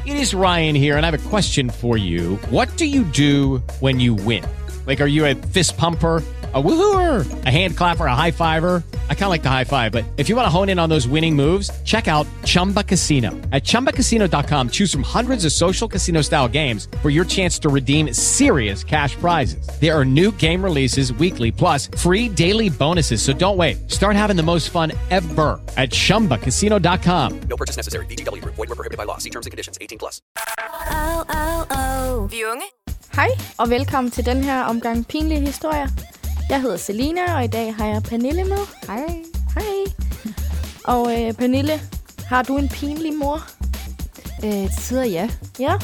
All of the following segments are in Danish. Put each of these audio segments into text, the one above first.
It is Ryan here, and I have a question for you. What do you do when you win? Like, are you a fist pumper, a woohooer, a hand clapper, a high fiver? I kind of like the high five, but if you want to hone in on those winning moves, check out Chumba Casino. At ChumbaCasino.com, choose from hundreds of social casino-style games for your chance to redeem serious cash prizes. There are new game releases weekly, plus free daily bonuses, so don't wait. Start having the most fun ever at ChumbaCasino.com. No purchase necessary. VGW Group. Void where prohibited by law. See terms and conditions. 18+. Vi unge. Hej, og velkommen til den her omgang pinlige historier. Jeg hedder Selina, og i dag har jeg Pernille med. Hej. Hej. Og Pernille, har du en pinlig mor? Til tider ja. Ja?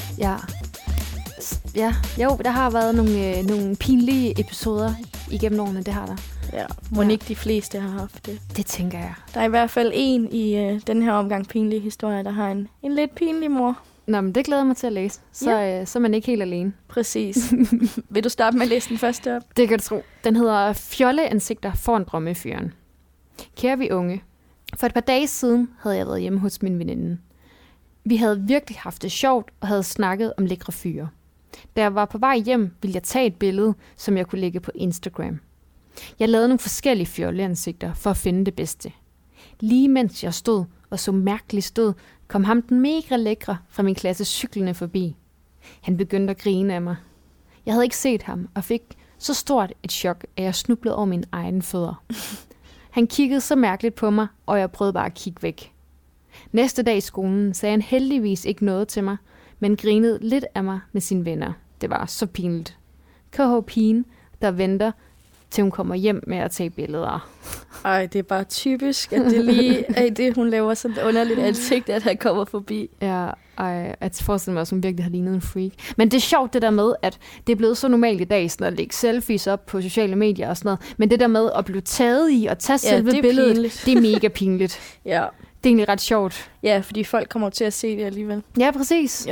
Ja. Jo, der har været nogle pinlige episoder igennem årene, det har der. Ja, må ikke de fleste har haft det. Det tænker jeg. Der er i hvert fald en i den her omgang pinlige historie, der har en lidt pinlig mor. Nå, men det glæder jeg mig til at læse. Så er man ikke helt alene. Præcis. Vil du starte med at læse den første op? Det kan du tro. Den hedder Fjolleansigter foran drømmefyren. Kære vi unge. For et par dage siden havde jeg været hjemme hos min veninde. Vi havde virkelig haft det sjovt og havde snakket om lækre fyre. Da jeg var på vej hjem, ville jeg tage et billede, som jeg kunne lægge på Instagram. Jeg lavede nogle forskellige fjolleansigter for at finde det bedste. Lige mens jeg stod og så mærkeligt stod, kom ham den mega lækre fra min klasse cyklende forbi. Han begyndte at grine af mig. Jeg havde ikke set ham og fik så stort et chok, at jeg snublede over mine egne fødder. Han kiggede så mærkeligt på mig, og jeg prøvede bare at kigge væk. Næste dag i skolen sagde han heldigvis ikke noget til mig, men grinede lidt af mig med sine venner. Det var så pinligt. KH-pigen, der venter, til hun kommer hjem med at tage billeder. Ej, det er bare typisk, at det lige er det, hun laver sådan et underligt ansigt, at han kommer forbi. Ja, at forestille mig, at hun virkelig har lignet en freak. Men det er sjovt det der med, at det er blevet så normalt i dag, sådan at lægge selfies op på sociale medier og sådan noget. Men det der med at blive taget i og tage selve billedet, pinligt. Det er mega pinligt. Ja. Det er egentlig ret sjovt. Ja, fordi folk kommer til at se det alligevel. Ja, præcis.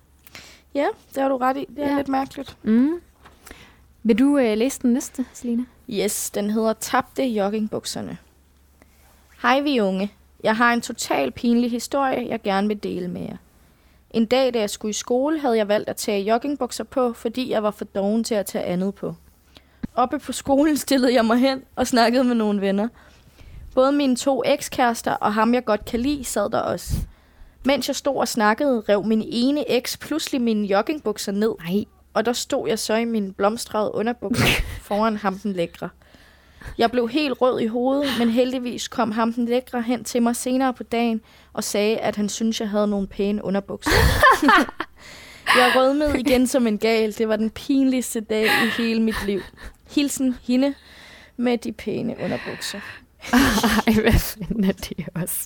Ja, det har du ret i. Det er lidt mærkeligt. Mm. Vil du læse den næste, Selina? Yes, den hedder Tabte joggingbukserne. Hej vi unge. Jeg har en total pinlig historie, jeg gerne vil dele med jer. En dag, da jeg skulle i skole, havde jeg valgt at tage joggingbukser på, fordi jeg var for doven til at tage andet på. Oppe på skolen stillede jeg mig hen og snakkede med nogle venner. Både mine 2 ekskærester og ham, jeg godt kan lide, sad der også. Mens jeg stod og snakkede, rev min ene eks pludselig mine joggingbukser ned. Nej. Og der stod jeg så i min blomstrede underbukser foran ham den lækre. Jeg blev helt rød i hovedet, men heldigvis kom ham den lækre hen til mig senere på dagen og sagde, at han syntes, jeg havde nogle pæne underbukser. Jeg rødmede igen som en gal. Det var den pinligste dag i hele mit liv. Hilsen hende med de pæne underbukser. Ej, hvad fanden er det også?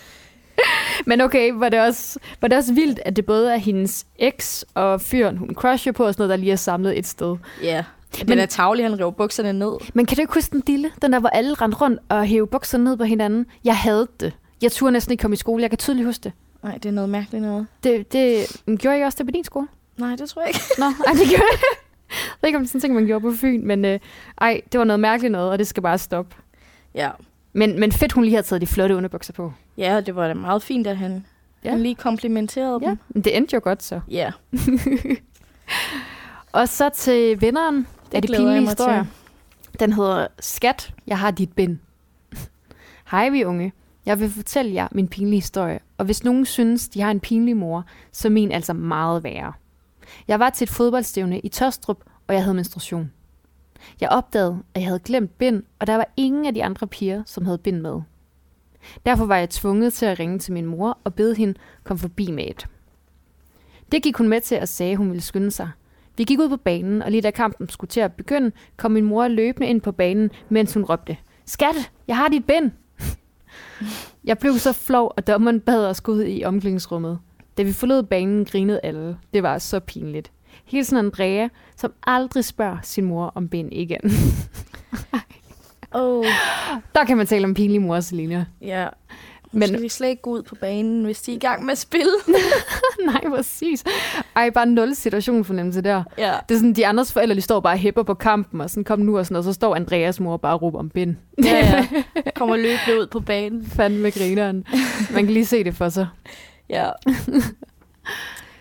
Men okay, var det også vildt, at det både er hendes eks og fyren, hun crusher på og sådan noget, der lige er samlet et sted. Ja, den er tavlig, han rev bukserne ned. Men kan du ikke huske den dille? Den der, hvor alle rendte rundt og hævde bukserne ned på hinanden. Jeg havde det. Jeg turde næsten ikke komme i skole. Jeg kan tydeligt huske det. Nej, det er noget mærkeligt noget. Gjorde jeg også det på din skole? Nej, det tror jeg ikke. Nå, det gjorde jeg. Jeg ved ikke, om det er sådan ting, man gjorde på Fyn, men det var noget mærkeligt noget, og det skal bare stoppe. Ja. Men fedt, hun lige har taget de flotte underbukser på. Ja, det var da meget fint, at han lige komplimenterede dem. Men det endte jo godt så. Ja. Og så til vinderen af de pinlige historier. Til. Den hedder Skat, jeg har dit bind. Hej vi unge. Jeg vil fortælle jer min pinlige historie, og hvis nogen synes, de har en pinlig mor, så er min altså meget værre. Jeg var til et fodboldstævne i Tåstrup, og jeg havde menstruation. Jeg opdagede, at jeg havde glemt bind, og der var ingen af de andre piger, som havde bind med. Derfor var jeg tvunget til at ringe til min mor og bede hende komme forbi med et. Det gik hun med til og sagde, at hun ville skynde sig. Vi gik ud på banen, og lige da kampen skulle til at begynde, kom min mor løbende ind på banen, mens hun råbte, Skat, jeg har dit bind! Jeg blev så flov, og dommeren bad os gå ud i omklædningsrummet. Da vi forlod banen, grinede alle. Det var så pinligt. Hilsen Andrea, som aldrig spørger sin mor om bind igen. Der kan man tale om pinlig mor, Selina. Ja. Men skal de slet ikke gå ud på banen, hvis de er i gang med at spille? Nej, præcis. Ej, bare 0 situationfornemmelse der. Ja. Det er sådan, de andres forældre, de står bare og hæpper på kampen, og sådan, kom nu og sådan, og så står Andreas mor bare og råber om bind. Ja. Kommer løbende ud på banen. Fanden med grineren. Man kan lige se det for sig. Ja.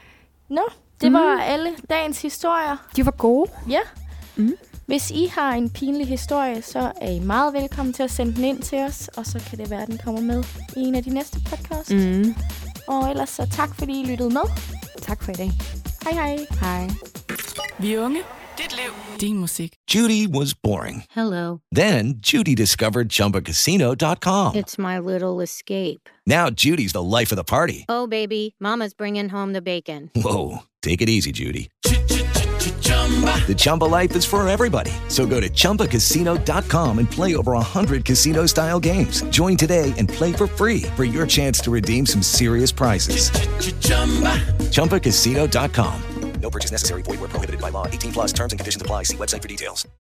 Nå, det var alle dagens historier. De var gode. Ja. Hvis I har en pinlig historie, så er I meget velkommen til at sende den ind til os, og så kan det være, at den kommer med i en af de næste podcasts. Og ellers så tak, fordi I lyttede med. Tak for i dag. Hej hej. Hej. Vi er unge. Dit liv. Din musik. Judy was boring. Hello. Then Judy discovered ChumbaCasino.com. It's my little escape. Now Judy's the life of the party. Oh, baby, mama's bringing home the bacon. Whoa, take it easy, Judy. The Chumba life is for everybody. So go to ChumbaCasino.com and play over 100 casino-style games. Join today and play for free for your chance to redeem some serious prizes. ChumbaCasino.com. No purchase necessary. Void where prohibited by law. 18 plus terms and conditions apply. See website for details.